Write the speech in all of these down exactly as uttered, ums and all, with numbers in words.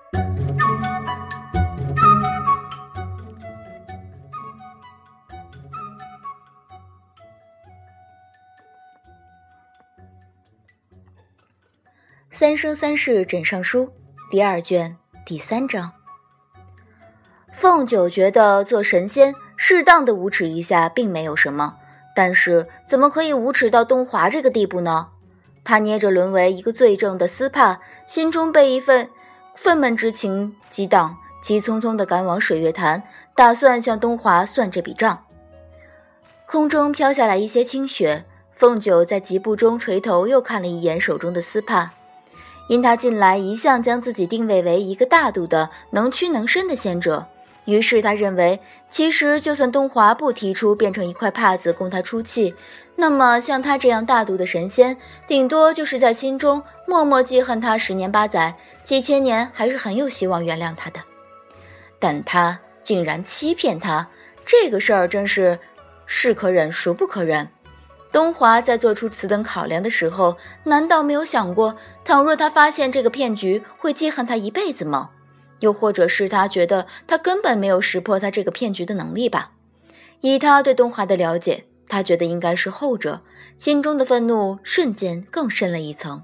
三生三世枕上书第二卷第三章。凤九觉得做神仙适当的无耻一下并没有什么，但是怎么可以无耻到东华这个地步呢？他捏着沦为一个罪证的丝帕，心中被一份愤懑之情激荡，急匆匆地赶往水月潭，打算向东华算这笔账。空中飘下来一些清雪，凤九在疾步中垂头又看了一眼手中的丝帕。因他近来一向将自己定位为一个大度的能屈能伸的仙者，于是他认为其实就算东华不提出变成一块帕子供他出气，那么像他这样大度的神仙顶多就是在心中默默记恨他十年八载，几千年还是很有希望原谅他的。但他竟然欺骗他，这个事儿真是是可忍孰不可忍。东华在做出此等考量的时候，难道没有想过，倘若他发现这个骗局，会记恨他一辈子吗？又或者是他觉得他根本没有识破他这个骗局的能力吧？以他对东华的了解，他觉得应该是后者，心中的愤怒瞬间更深了一层。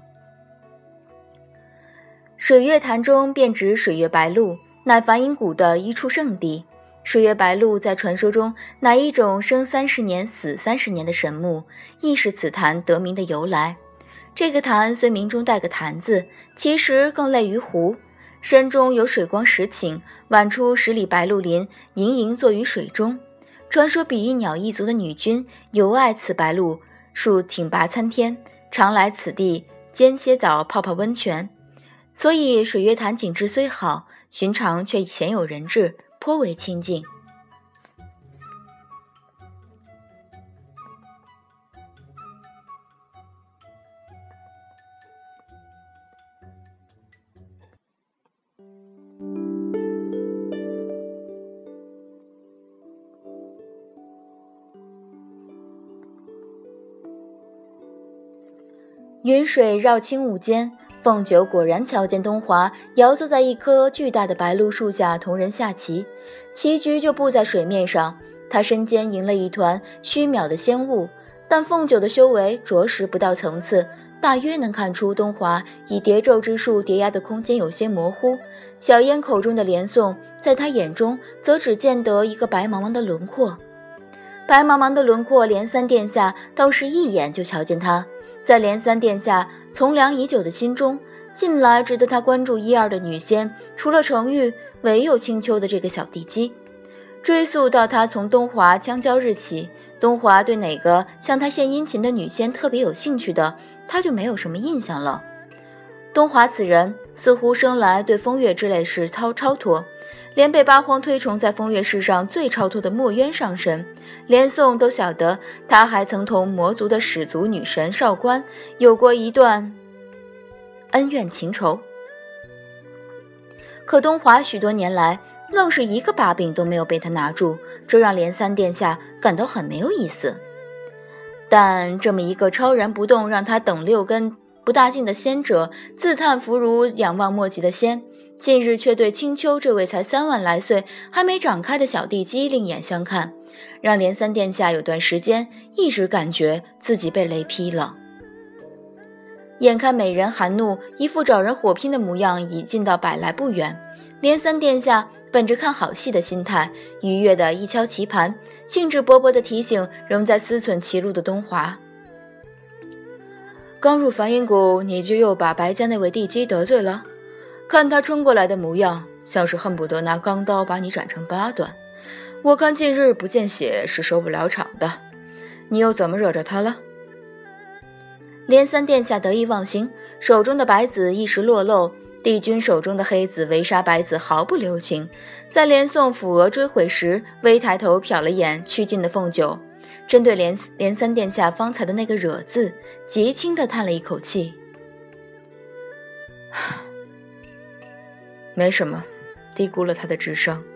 水月潭中便指水月白鹿，乃梵音谷的一处圣地。水月白鹿在传说中乃一种生三十年死三十年的神木，亦是此潭得名的由来。这个潭虽名中带个潭字，其实更类于湖，山中有水光石顷，晚出十里白鹿林，盈盈坐于水中。传说比翼鸟一族的女君尤爱此白鹿树挺拔参天，常来此地间歇澡泡泡温泉，所以水月潭景致虽好，寻常却鲜有人至，颇为清静。云水绕青雾间，凤九果然瞧见东华遥坐在一棵巨大的白鹿树下同人下棋，棋局就布在水面上，他身间迎了一团虚渺的仙雾，但凤九的修为着实不到层次，大约能看出东华以叠咒之术叠压的空间有些模糊，小烟口中的连宋在他眼中则只见得一个白茫茫的轮廓。白茫茫的轮廓，连三殿下倒是一眼就瞧见他，在连三殿下从良已久的心中，近来值得他关注一二的女仙，除了程昱，唯有青丘的这个小地姬。追溯到他从东华相交日起，东华对哪个向他献殷勤的女仙特别有兴趣的，他就没有什么印象了。东华此人似乎生来对风月之类事超超脱，连被八荒推崇在风月世上最超脱的墨渊上身，连宋都晓得他还曾同魔族的始祖女神少官有过一段恩怨情仇。可东华许多年来愣是一个把柄都没有被他拿住，这让连三殿下感到很没有意思。但这么一个超然不动，让他等六根不大净的仙者自叹弗如仰望莫及的仙，近日却对青丘这位才三万来岁还没长开的小地姬另眼相看，让连三殿下有段时间一直感觉自己被雷劈了。眼看美人含怒一副找人火拼的模样已近到百来不远，连三殿下本着看好戏的心态，愉悦地一敲棋盘，兴致勃勃地提醒仍在思忖棋路的东华：刚入梵音谷，你就又把白家那位地姬得罪了？看他冲过来的模样，像是恨不得拿钢刀把你斩成八段。我看近日不见血是收不了场的，你又怎么惹着他了？连三殿下得意忘形，手中的白子一时落漏，帝君手中的黑子围杀白子毫不留情，在连宋抚额追悔时，微抬头瞟了眼趋近的凤九，针对连连三殿下方才的那个惹字，极轻地叹了一口气：没什么，低估了他的智商。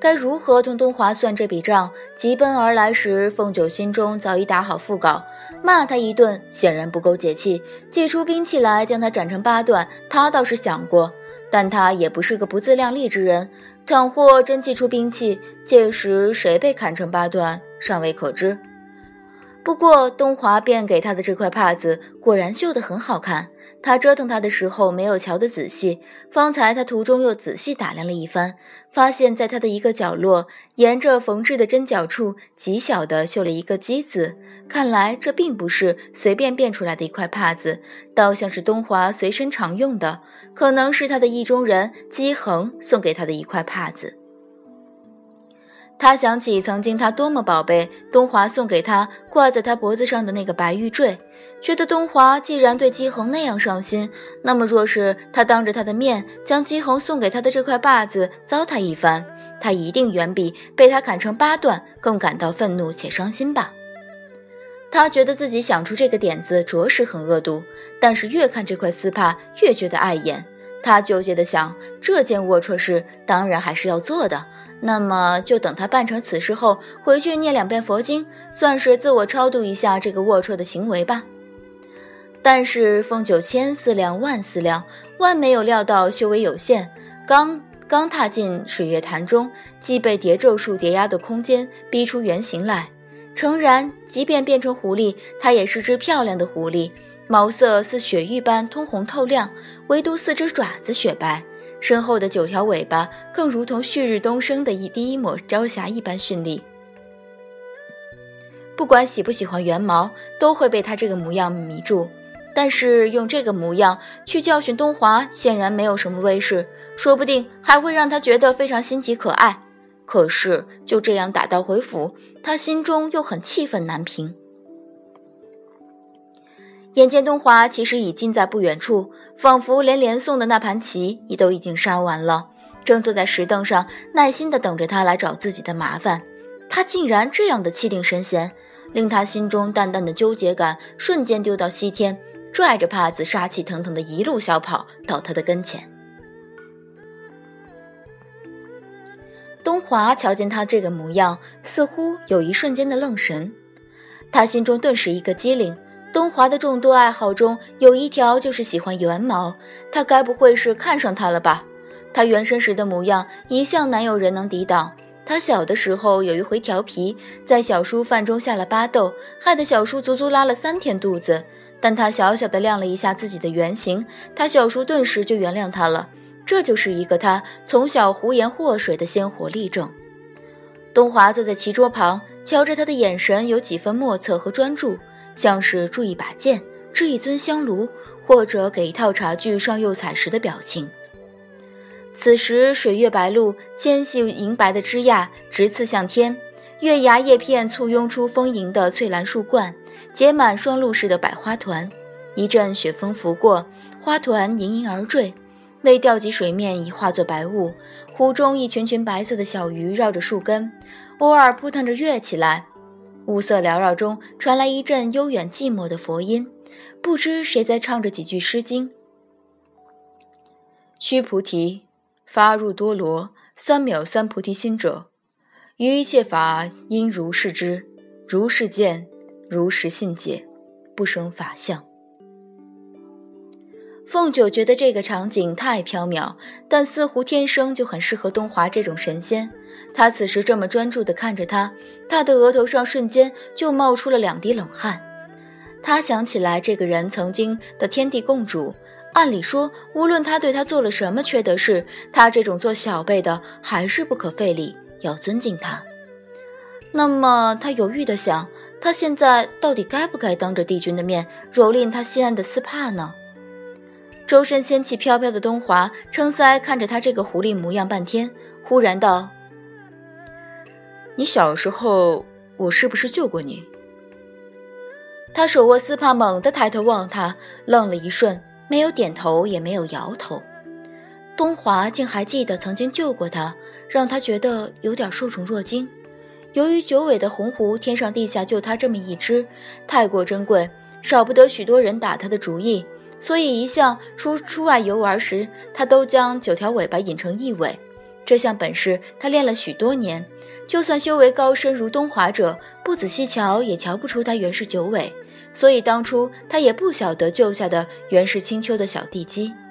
该如何同东华算这笔账？急奔而来时，凤九心中早已打好腹稿，骂他一顿显然不够解气，祭出兵器来将他斩成八段，他倒是想过，但他也不是个不自量力之人，倘或真祭出兵器，届时谁被砍成八段尚未可知。不过东华便给他的这块帕子果然绣得很好看，他折腾他的时候没有瞧得仔细，方才他途中又仔细打量了一番，发现在他的一个角落，沿着缝制的针脚处极小的绣了一个鸡字，看来这并不是随便变出来的一块帕子，倒像是东华随身常用的，可能是他的意中人姬恒送给他的一块帕子。他想起曾经他多么宝贝东华送给他挂在他脖子上的那个白玉坠，觉得东华既然对姬恒那样上心，那么若是他当着他的面将姬恒送给他的这块帕子糟蹋一番，他一定远比被他砍成八段更感到愤怒且伤心吧。他觉得自己想出这个点子着实很恶毒，但是越看这块丝帕越觉得碍眼。他纠结地想，这件龌龊事当然还是要做的，那么就等他办成此事后，回去念两遍佛经，算是自我超度一下这个龌龊的行为吧。但是凤九千思量万思量，万没有料到修为有限，刚刚踏进水月潭中，即被叠咒术叠压的空间逼出原形来。诚然，即便变成狐狸，它也是只漂亮的狐狸，毛色似雪玉般通红透亮，唯独四只爪子雪白，身后的九条尾巴更如同旭日东升的一第一抹朝霞一般绚丽。不管喜不喜欢圆毛，都会被他这个模样迷住，但是用这个模样去教训东华显然没有什么威势，说不定还会让他觉得非常心急可爱。可是就这样打道回府，他心中又很气愤难平。眼见东华其实已近在不远处，仿佛连连送的那盘棋也都已经杀完了，正坐在石凳上耐心地等着他来找自己的麻烦。他竟然这样的气定神闲，令他心中淡淡的纠结感瞬间丢到西天，拽着帕子杀气腾腾的一路小跑到他的跟前。东华瞧见他这个模样，似乎有一瞬间的愣神，他心中顿时一个机灵，东华的众多爱好中有一条就是喜欢圆毛，他该不会是看上他了吧？他原身时的模样一向难有人能抵挡。他小的时候有一回调皮，在小叔饭中下了巴豆，害得小叔足足拉了三天肚子，但他小小的亮了一下自己的原形，他小叔顿时就原谅他了。这就是一个他从小胡言祸水的鲜活例证。东华坐在棋桌旁，瞧着他的眼神有几分莫测和专注，像是铸一把剑，制一尊香炉，或者给一套茶具上釉彩时的表情。此时水月白露，纤细银白的枝桠直刺向天，月牙叶片簇拥出丰盈的翠兰树冠，结满双露似的百花团。一阵雪风拂过，花团盈盈而坠，未掉及水面已化作白雾。湖中一群群白色的小鱼绕着树根，偶尔扑腾着跃起来。雾色缭绕中传来一阵悠远寂寞的佛音，不知谁在唱着几句诗经。须菩提，发入多罗，三藐三菩提心者，于一切法应如是知，如是见，如是信解，不生法相。凤九觉得这个场景太缥缈，但似乎天生就很适合东华这种神仙。他此时这么专注地看着他，他的额头上瞬间就冒出了两滴冷汗。他想起来这个人曾经的天地共主，按理说无论他对他做了什么缺德事，他这种做小辈的还是不可费力，要尊敬他。那么他犹豫地想，他现在到底该不该当着帝君的面蹂躏他心爱的丝帕呢？周身仙气飘飘的东华撑腮看着他这个狐狸模样半天，忽然道：你小时候我是不是救过你？他手握丝帕，猛地抬头望他，愣了一瞬，没有点头也没有摇头。东华竟还记得曾经救过他，让他觉得有点受宠若惊。由于九尾的红狐天上地下就他这么一只，太过珍贵，少不得许多人打他的主意，所以一向出出外游玩时，他都将九条尾巴引成一尾。 这项本事他练了许多年，就算修为高深如东华者，不仔细瞧也瞧不出他原是九尾，所以当初他也不晓得救下的原是青丘的小地鸡。